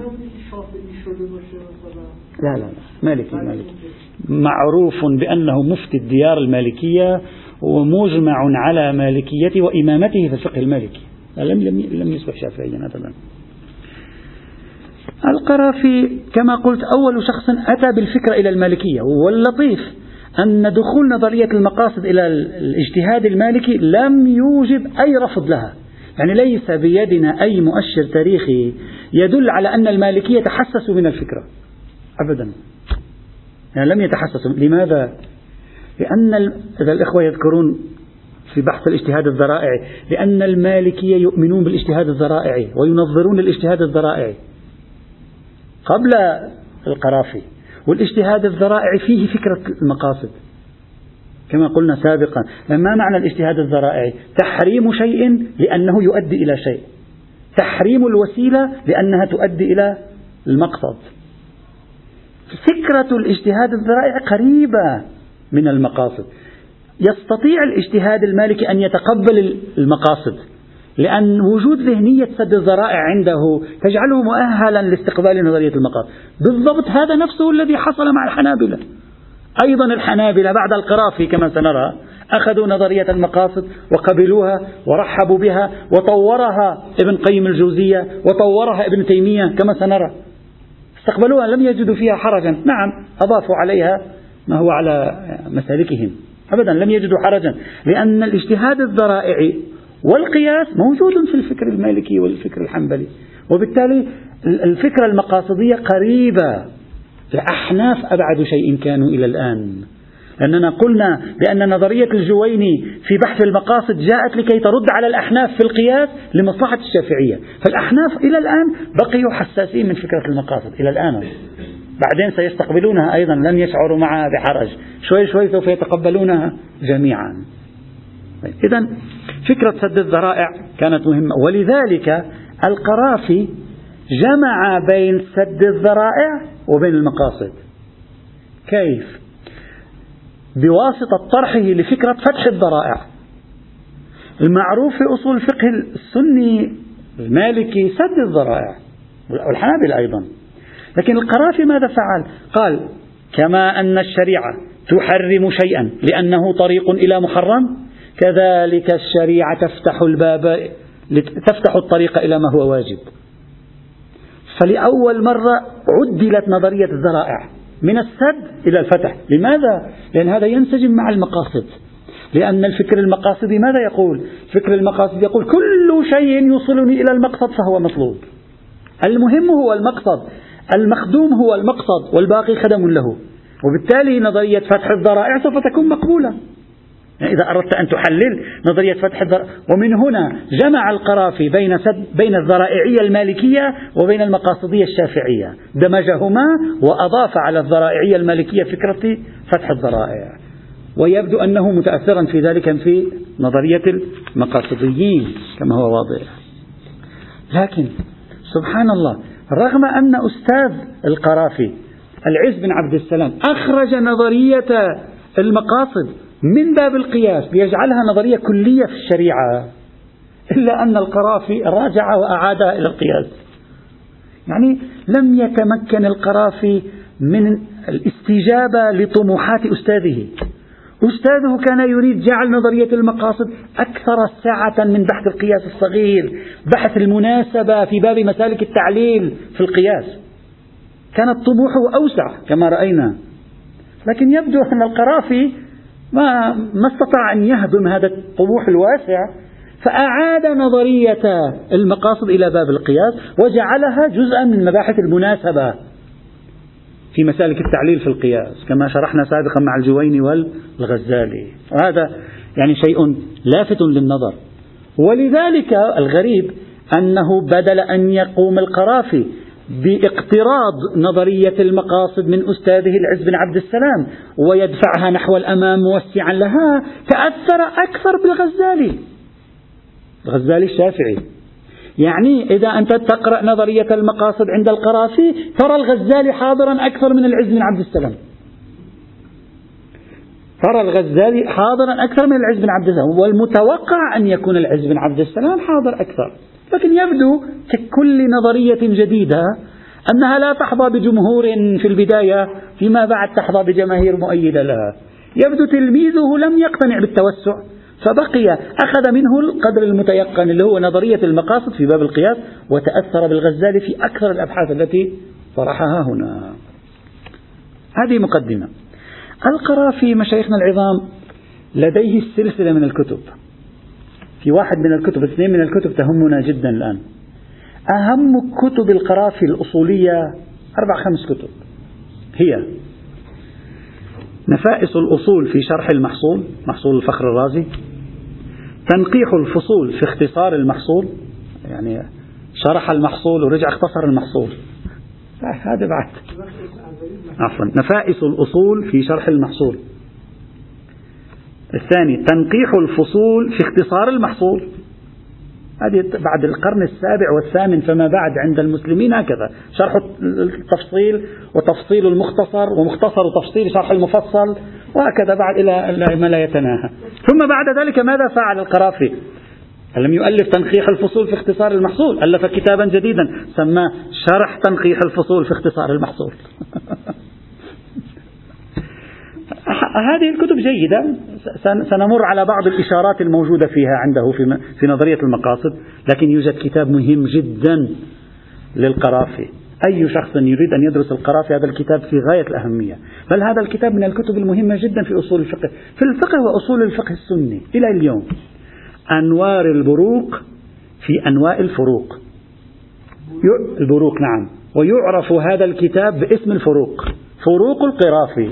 لا مالكي معروف بأنه مفتي الديار المالكية، ومجمع على مالكيته وإمامته في الفقه المالكي، لم يصبح شافعيا أبدا. القرافي كما قلت أول شخص أتى بالفكرة إلى المالكية، واللطيف أن دخول نظرية المقاصد إلى الاجتهاد المالكي لم يوجب أي رفض لها، يعني ليس بيدنا أي مؤشر تاريخي يدل على أن المالكية تحسسوا من الفكرة أبدا، يعني لم يتحسسوا. لماذا؟ لأن إذا الإخوة يذكرون في بحث الاجتهاد الذرائعي، لأن المالكية يؤمنون بالاجتهاد الذرائعي وينظرون للاجتهاد الذرائعي قبل القرافي، والاجتهاد الذرائعي فيه فكرة المقاصد كما قلنا سابقا. ما معنى الاجتهاد الذرائعي؟ تحريم شيء لأنه يؤدي إلى شيء، تحريم الوسيلة لأنها تؤدي إلى المقصد. فكرة الاجتهاد الذرائعي قريبة من المقاصد. يستطيع الاجتهاد المالكي أن يتقبل المقاصد، لأن وجود ذهنية سد الذرائع عنده تجعله مؤهلا لاستقبال نظرية المقاصد. بالضبط هذا نفسه الذي حصل مع الحنابلة. أيضا الحنابلة بعد القرافي كما سنرى أخذوا نظرية المقاصد وقبلوها ورحبوا بها، وطورها ابن قيم الجوزية وطورها ابن تيمية كما سنرى، استقبلوها لم يجدوا فيها حرجا. نعم أضافوا عليها ما هو على مسالكهم، أبدا لم يجدوا حرجا، لأن الاجتهاد الذرائعي والقياس موجود في الفكر المالكي والفكر الحنبلي، وبالتالي الفكرة المقاصدية قريبة. الأحناف أبعد شيء كانوا إلى الآن، لأننا قلنا بأن نظرية الجويني في بحث المقاصد جاءت لكي ترد على الأحناف في القياس لمصلحة الشافعية. فالأحناف إلى الآن بقيوا حساسين من فكرة المقاصد إلى الآن، بعدين سيستقبلونها أيضا، لن يشعروا معها بحرج، شوي شوي سوف يتقبلونها جميعا. إذن فكرة سد الذرائع كانت مهمة، ولذلك القرافي جمع بين سد الذرائع وبين المقاصد. كيف؟ بواسطة طرحه لفكرة فتح الذرائع. المعروف في أصول الفقه السني المالكي سد الذرائع، والحنابلة أيضا. لكن القرافي ماذا فعل؟ قال كما أن الشريعة تحرم شيئا لأنه طريق إلى محرم، كذلك الشريعة تفتح الباب، تفتح الطريق إلى ما هو واجب. فلأول مرة عدلت نظرية الذرائع من السد إلى الفتح. لماذا؟ لأن هذا ينسجم مع المقاصد، لأن الفكر المقاصدي ماذا يقول؟ الفكر المقاصدي يقول كل شيء يوصلني إلى المقصد فهو مطلوب، المهم هو المقصد، المخدوم هو المقصد والباقي خدم له، وبالتالي نظرية فتح الذرائع سوف تكون مقبولة. يعني إذا أردت أن تحلل نظرية فتح الذرائع. ومن هنا جمع القرافي بين الذرائعية المالكية وبين المقاصدية الشافعية، دمجهما وأضاف على الذرائعية المالكية فكرة فتح الذرائع، ويبدو أنه متأثرا في ذلك في نظرية المقاصديين كما هو واضح. لكن سبحان الله، رغم أن أستاذ القرافي العز بن عبد السلام أخرج نظرية المقاصد من باب القياس ليجعلها نظرية كلية في الشريعة، إلا أن القرافي راجع وأعادها إلى القياس. يعني لم يتمكن القرافي من الاستجابة لطموحات أستاذه. أستاذه كان يريد جعل نظرية المقاصد أكثر سعة من بحث القياس الصغير، بحث المناسبة في باب مسالك التعليل في القياس، كانت طموحه أوسع كما رأينا. لكن يبدو أن القرافي ما استطاع أن يهضم هذا الطموح الواسع، فأعاد نظرية المقاصد إلى باب القياس وجعلها جزءا من مباحث المناسبة في مسالك التعليل في القياس كما شرحنا سابقا مع الجويني والغزالي. وهذا يعني شيء لافت للنظر. ولذلك الغريب أنه بدل أن يقوم القرافي باقتراض نظرية المقاصد من أستاذه العز بن عبد السلام ويدفعها نحو الأمام موسعا لها، تأثر أكثر بالغزالي، الغزالي الشافعي. يعني إذا أنت تقرأ نظرية المقاصد عند القرافي ترى الغزالي حاضرا أكثر من العز بن عبد السلام، ترى الغزالي حاضرا أكثر من العز بن عبد السلام، والمتوقع أن يكون العز بن عبد السلام حاضر أكثر. لكن يبدو ككل نظرية جديدة أنها لا تحظى بجمهور في البداية، فيما بعد تحظى بجماهير مؤيدة لها. يبدو تلميذه لم يقتنع بالتوسع، فبقي أخذ منه القدر المتيقن اللي هو نظرية المقاصد في باب القياس، وتأثر بالغزالي في أكثر الأبحاث التي طرحها هنا. هذه مقدمة. القرافي مشايخنا العظام لديه السلسلة من الكتب، في واحد من الكتب، اثنين من الكتب تهمنا جدا الآن. أهم كتب القرافي الأصولية 4-5 كتب، هي نفائس الأصول في شرح المحصول، محصول الفخر الرازي، تنقيح الفصول في اختصار المحصول، يعني شرح المحصول ورجع اختصر المحصول، هذا بعد عفوا، نفائس الأصول في شرح المحصول، الثاني تنقيح الفصول في اختصار المحصول، هذه بعد القرن السابع والثامن فما بعد عند المسلمين هكذا، شرح التفصيل وتفصيل المختصر ومختصر وتفصيل شرح المفصل، وهكذا بعد إلى ما لا يتناهى. ثم بعد ذلك ماذا فعل القرافي؟ لم يؤلف تنقيح الفصول في اختصار المحصول، ألف كتابا جديدا سماه شرح تنقيح الفصول في اختصار المحصول. هذه الكتب جيدة، سنمر على بعض الإشارات الموجودة فيها عنده في نظرية المقاصد، لكن يوجد كتاب مهم جدا للقرافي. أي شخص يريد أن يدرس القرافي هذا الكتاب في غاية الأهمية، بل هذا الكتاب من الكتب المهمة جدا في أصول الفقه، في الفقه وأصول الفقه السني إلى اليوم. أنوار البروق في أنواء الفروق. البروق نعم، ويعرف هذا الكتاب باسم الفروق، فروق القرافي.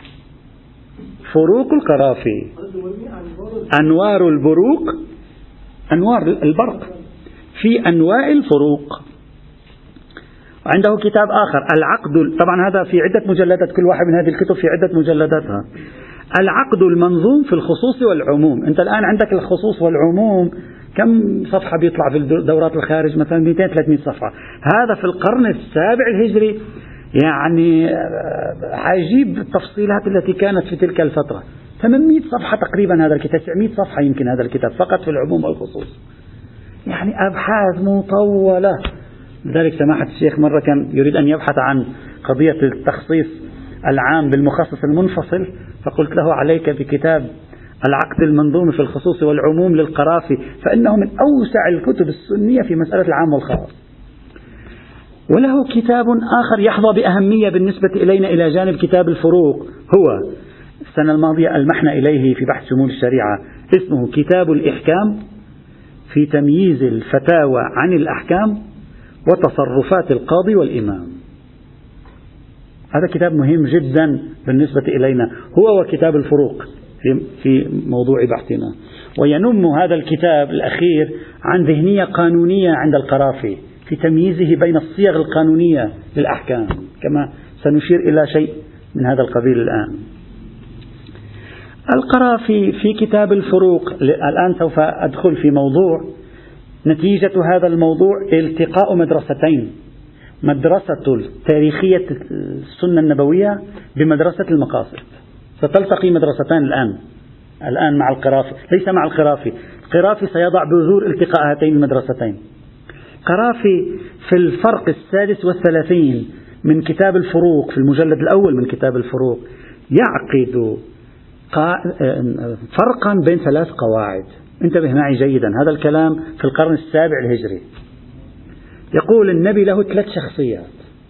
فروق القرافي، أنوار البروق، أنوار البرق في أنواع الفروق. وعنده كتاب آخر العقد، طبعا هذا في عدة مجلدات، كل واحد من هذه الكتب في عدة مجلداتها. العقد المنظوم في الخصوص والعموم. أنت الآن عندك الخصوص والعموم كم صفحة بيطلع في دورات الخارج؟ مثلا 200-300 صفحة. هذا في القرن السابع الهجري، يعني عجيب التفصيلات التي كانت في تلك الفترة. 800 صفحة تقريبا هذا الكتاب، 900 صفحة يمكن هذا الكتاب فقط في العموم والخصوص، يعني أبحاث مطولة. لذلك سماحة الشيخ مرة كان يريد أن يبحث عن قضية التخصيص العام بالمخصص المنفصل، فقلت له عليك بكتاب العقد المنظوم في الخصوص والعموم للقرافي، فإنه من أوسع الكتب السنية في مسألة العام والخاص. وله كتاب آخر يحظى بأهمية بالنسبة إلينا إلى جانب كتاب الفروق، هو السنة الماضية ألمحنا إليه في بحث شمول الشريعة، اسمه كتاب الإحكام في تمييز الفتاوى عن الأحكام وتصرفات القاضي والإمام. هذا كتاب مهم جدا بالنسبة إلينا، هو وكتاب الفروق في موضوع بحثنا. وينم هذا الكتاب الأخير عن ذهنية قانونية عند القرافي في تمييزه بين الصيغ القانونية للأحكام، كما سنشير إلى شيء من هذا القبيل الآن. القرافي في كتاب الفروق، الآن سوف أدخل في موضوع نتيجة هذا الموضوع التقاء مدرستين، مدرسة التاريخية السنة النبوية بمدرسة المقاصد. ستلتقي مدرستان الآن مع القرافي، ليس مع القرافي. القرافي سيضع بذور التقاء هاتين المدرستين. قرافي في الفرق 36 من كتاب الفروق، في المجلد الأول من كتاب الفروق، يعقد فرقا بين 3 قواعد. انتبه معي جيدا، هذا الكلام في القرن السابع الهجري. يقول النبي له 3 شخصيات،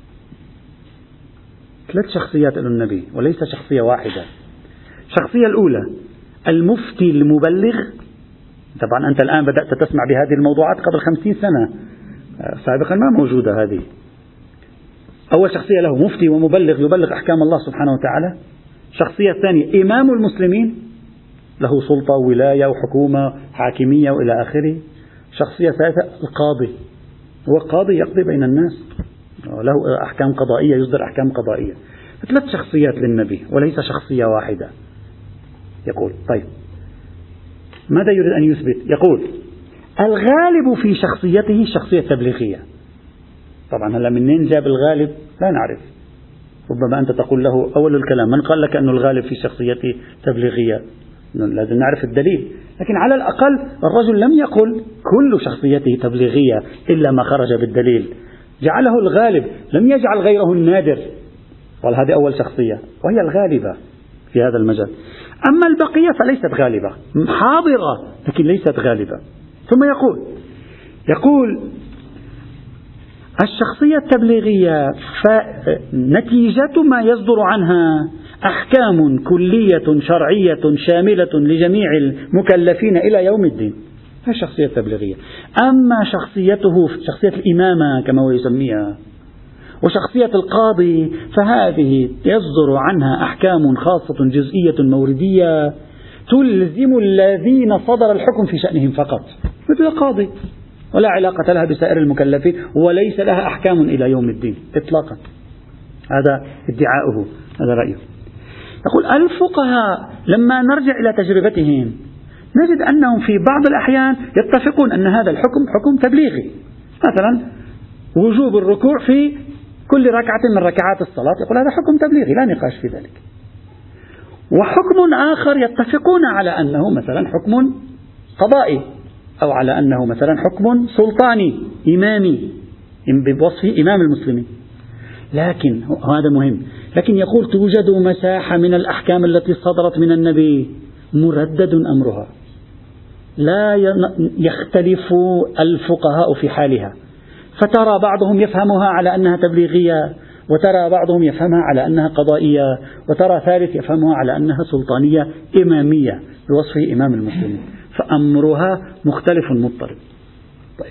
3 شخصيات له النبي وليس شخصية واحدة. الشخصية الأولى المفتي المبلغ. طبعا أنت الآن بدأت تسمع بهذه الموضوعات قبل 50 سنة، سابقا ما موجودة هذه. أول شخصية له مفتي ومبلغ يبلغ أحكام الله سبحانه وتعالى. الشخصية الثانية إمام المسلمين، له سلطة وولاية وحكومة حاكمية وإلى آخره. الشخصية الثالثة القاضي، هو قاضي يقضي بين الناس، له أحكام قضائية، يصدر أحكام قضائية. 3 شخصيات للنبي وليس شخصية واحدة. يقول طيب ماذا يريد أن يثبت؟ يقول الغالب في شخصيته الشخصية التبليغية. طبعا هلا منين جاب الغالب لا نعرف، ربما أنت تقول له أول الكلام من قال لك أن الغالب في شخصيته تبليغية؟ لازم نعرف الدليل. لكن على الأقل الرجل لم يقل كل شخصيته تبليغية إلا ما خرج بالدليل، جعله الغالب، لم يجعل غيره النادر. قال هذه أول شخصية وهي الغالبة في هذا المجال. أما البقية فليست غالبة، حاضرة لكن ليست غالبة. ثم يقول الشخصية التبليغية فنتيجة ما يصدر عنها أحكام كلية شرعية شاملة لجميع المكلفين إلى يوم الدين، هذه الشخصية التبليغية. أما شخصيته شخصية الإمامة كما هو يسميها وشخصية القاضي فهذه يصدر عنها أحكام خاصة جزئية موردية تلزم الذين صدر الحكم في شأنهم فقط، مثل القاضي، ولا علاقة لها بسائر المكلفين وليس لها أحكام إلى يوم الدين إطلاقا. هذا ادعاؤه، هذا رأيه. يقول الفقهاء لما نرجع إلى تجربتهم نجد أنهم في بعض الأحيان يتفقون أن هذا الحكم حكم تبليغي. مثلا وجوب الركوع في كل ركعة من ركعات الصلاة، يقول هذا حكم تبليغي لا نقاش في ذلك. وحكم آخر يتفقون على أنه مثلا حكم قضائي، أو على أنه مثلا حكم سلطاني إمامي بوصف إمام المسلمين. لكن هذا مهم، لكن يقول توجد مساحة من الأحكام التي صدرت من النبي مردد أمرها، لا يختلف الفقهاء في حالها، فترى بعضهم يفهمها على أنها تبليغية، وترى بعضهم يفهمها على أنها قضائية، وترى ثالث يفهمها على أنها سلطانية إمامية بوصف إمام المسلمين، فأمرها مختلف مضطرب. طيب.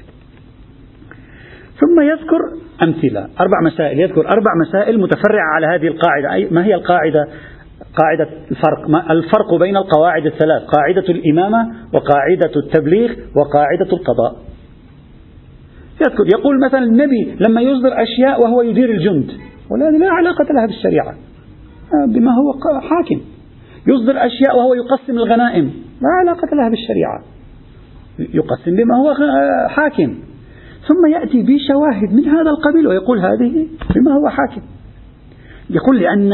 ثم يذكر أمثلة 4 مسائل، يذكر 4 مسائل متفرعة على هذه القاعدة. أي ما هي القاعدة؟ قاعدة الفرق بين القواعد الثلاث: قاعدة الإمامة، وقاعدة التبليغ، وقاعدة القضاء. يقول مثلا النبي لما يصدر أشياء وهو يدير الجند، ولا لا علاقة لها بالشريعة بما هو حاكم، يصدر أشياء وهو يقسم الغنائم، لا علاقة لها بالشريعة، يقسم بما هو حاكم، ثم يأتي بشواهد من هذا القبيل ويقول هذه بما هو حاكم. يقول لأن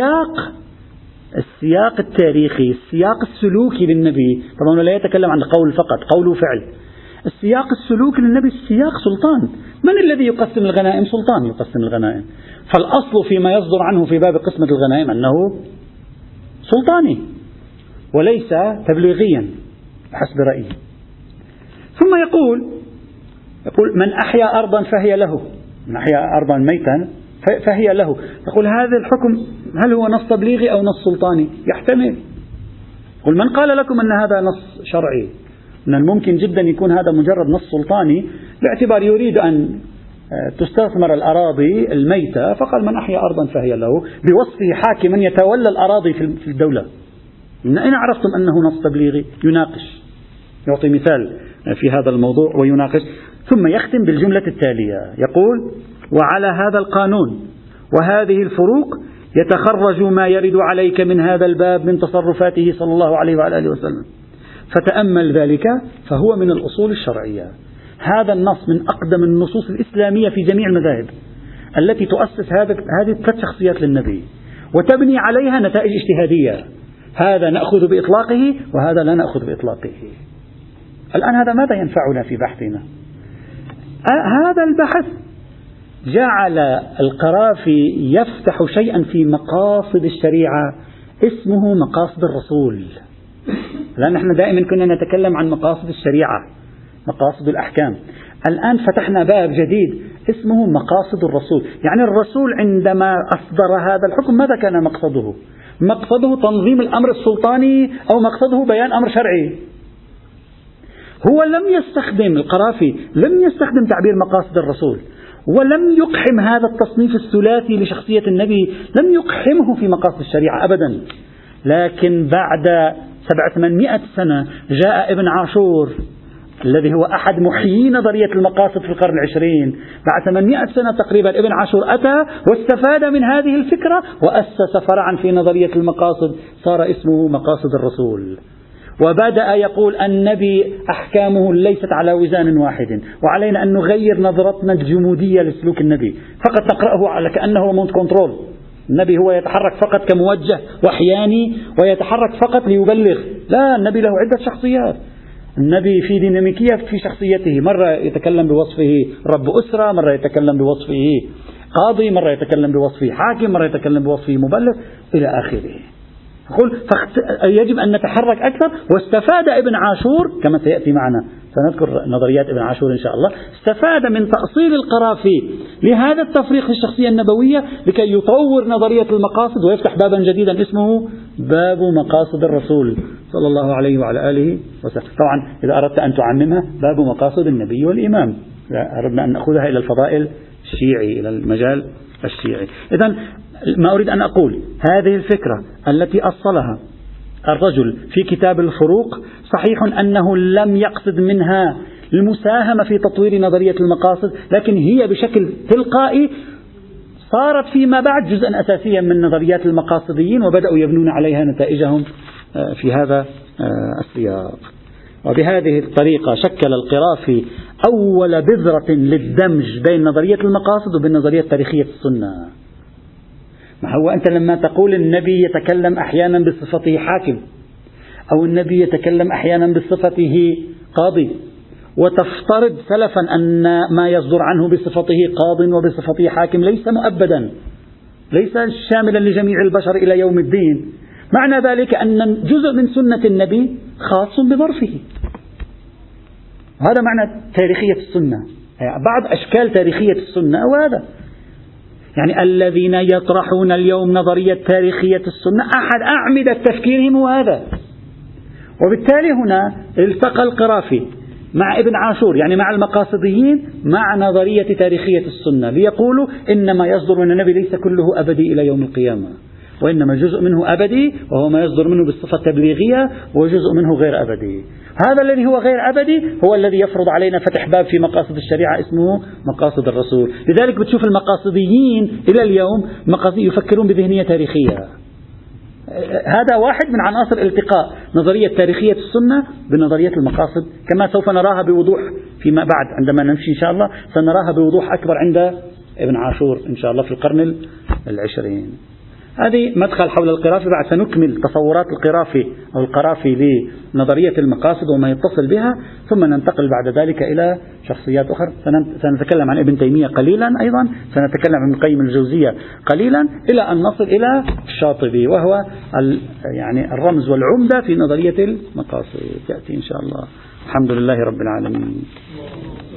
السياق التاريخي، السياق السلوكي للنبي، طبعا لا يتكلم عن قول فقط، قول وفعل، السياق السلوكي للنبي السياق سلطان. من الذي يقسم الغنائم؟ سلطان يقسم الغنائم، فالأصل فيما يصدر عنه في باب قسمة الغنائم أنه سلطاني وليس تبليغيا بحسب رأيه. ثم يقول من أحيا أرضا فهي له، من أحيا أرضا ميتا فهي له. يقول هذا الحكم هل هو نص تبليغي أو نص سلطاني؟ يحتمل. يقول من قال لكم أن هذا نص شرعي؟ من الممكن جدا يكون هذا مجرد نص سلطاني باعتبار يريد أن تستثمر الأراضي الميتة، فقال من أحيا أرضا فهي له، بوصفه حاكما يتولى الأراضي في الدولة. من أين عرفتم أنه نص تبليغي؟ يناقش، يعطي مثال في هذا الموضوع ويناقش. ثم يختم بالجملة التالية، يقول وعلى هذا القانون وهذه الفروق يتخرج ما يرد عليك من هذا الباب من تصرفاته صلى الله عليه وعلى آله وسلم، فتأمل ذلك فهو من الأصول الشرعية. هذا النص من أقدم النصوص الإسلامية في جميع المذاهب التي تؤسس هذه الثلاث شخصيات للنبي وتبني عليها نتائج اجتهادية. هذا نأخذ بإطلاقه وهذا لا نأخذ بإطلاقه. الآن هذا ماذا ينفعنا في بحثنا؟ هذا البحث جعل القرافي يفتح شيئا في مقاصد الشريعة اسمه مقاصد الرسول. لأن نحن دائما كنا نتكلم عن مقاصد الشريعة، مقاصد الأحكام. الآن فتحنا باب جديد اسمه مقاصد الرسول. يعني الرسول عندما أصدر هذا الحكم ماذا كان مقصده؟ مقصده تنظيم الأمر السلطاني أو مقصده بيان أمر شرعي؟ هو لم يستخدم القرافي لم يستخدم تعبير مقاصد الرسول، ولم يقحم هذا التصنيف الثلاثي لشخصية النبي، لم يقحمه في مقاصد الشريعة أبدا. لكن بعد 700 سنة جاء ابن عاشور الذي هو أحد محيي نظرية المقاصد في القرن 20. بعد 800 سنة تقريبا ابن عاشور أتى واستفاد من هذه الفكرة وأسس فرعا في نظرية المقاصد صار اسمه مقاصد الرسول. وبدأ يقول النبي أحكامه ليست على وزان واحد، وعلينا أن نغير نظرتنا الجمودية لسلوك النبي، فقط نقرأه على كأنه مونت كنترول. النبي هو يتحرك فقط كموجه وحياني ويتحرك فقط ليبلغ. لا، النبي له عدة شخصيات. النبي في ديناميكية في شخصيته، مرة يتكلم بوصفه رب أسرة، مرة يتكلم بوصفه قاضي، مرة يتكلم بوصفه حاكم، مرة يتكلم بوصفه مبلغ إلى آخره. يجب أن نتحرك أكثر. واستفاد ابن عاشور كما سيأتي معنا، سنذكر نظريات ابن عاشور إن شاء الله، استفاد من تأصيل القرافي لهذا التفريق في الشخصية النبوية لكي يطور نظرية المقاصد ويفتح بابا جديدا اسمه باب مقاصد الرسول صلى الله عليه وعلى آله وسلم. طبعا إذا أردت أن تعممها باب مقاصد النبي والإمام، أردنا أن نأخذها إلى الفضائل الشيعي، إلى المجال الشيعي. إذن ما أريد أن أقول هذه الفكرة التي أصلها الرجل في كتاب الفروق صحيح أنه لم يقصد منها المساهمة في تطوير نظرية المقاصد، لكن هي بشكل تلقائي صارت فيما بعد جزءا أساسيا من نظريات المقاصديين، وبدأوا يبنون عليها نتائجهم في هذا السياق. وبهذه الطريقة شكل القرافي أول بذرة للدمج بين نظرية المقاصد وبين نظرية تاريخية السنة. ما هو أنت لما تقول النبي يتكلم أحيانا بصفته حاكم، أو النبي يتكلم أحيانا بصفته قاضي، وتفترض سلفا أن ما يصدر عنه بصفته قاض وبصفته حاكم ليس مؤبدا، ليس شاملا لجميع البشر إلى يوم الدين، معنى ذلك أن جزء من سنة النبي خاص بظرفه. هذا معنى تاريخية السنة، يعني بعض أشكال تاريخية السنة وهذا يعني الذين يطرحون اليوم نظرية تاريخية السنة أحد أعمدة تفكيرهم هذا. وبالتالي هنا التقى القرافي مع ابن عاشور، يعني مع المقاصديين، مع نظرية تاريخية السنة، ليقولوا إن ما يصدر من النبي ليس كله أبدي إلى يوم القيامة، وإنما جزء منه أبدي، وهو ما يصدر منه بالصفة التبليغية، وجزء منه غير أبدي. هذا الذي هو غير أبدي هو الذي يفرض علينا فتح باب في مقاصد الشريعة اسمه مقاصد الرسول. لذلك بتشوف المقاصديين إلى اليوم يفكرون بذهنية تاريخية. هذا واحد من عناصر التقاء نظرية تاريخية السنة بنظرية المقاصد، كما سوف نراها بوضوح فيما بعد عندما نمشي إن شاء الله، سنراها بوضوح أكبر عند ابن عاشور إن شاء الله في القرن 20. هذه مدخل حول القرافي. بعد سنكمل تصورات القرافي أو القرافي لنظرية المقاصد وما يتصل بها، ثم ننتقل بعد ذلك إلى شخصيات أخرى. سنتكلم عن ابن تيمية قليلا، أيضا سنتكلم عن ابن القيم الجوزية قليلا، إلى أن نصل إلى الشاطبي، وهو يعني الرمز والعمدة في نظرية المقاصد. يأتي إن شاء الله. الحمد لله رب العالمين.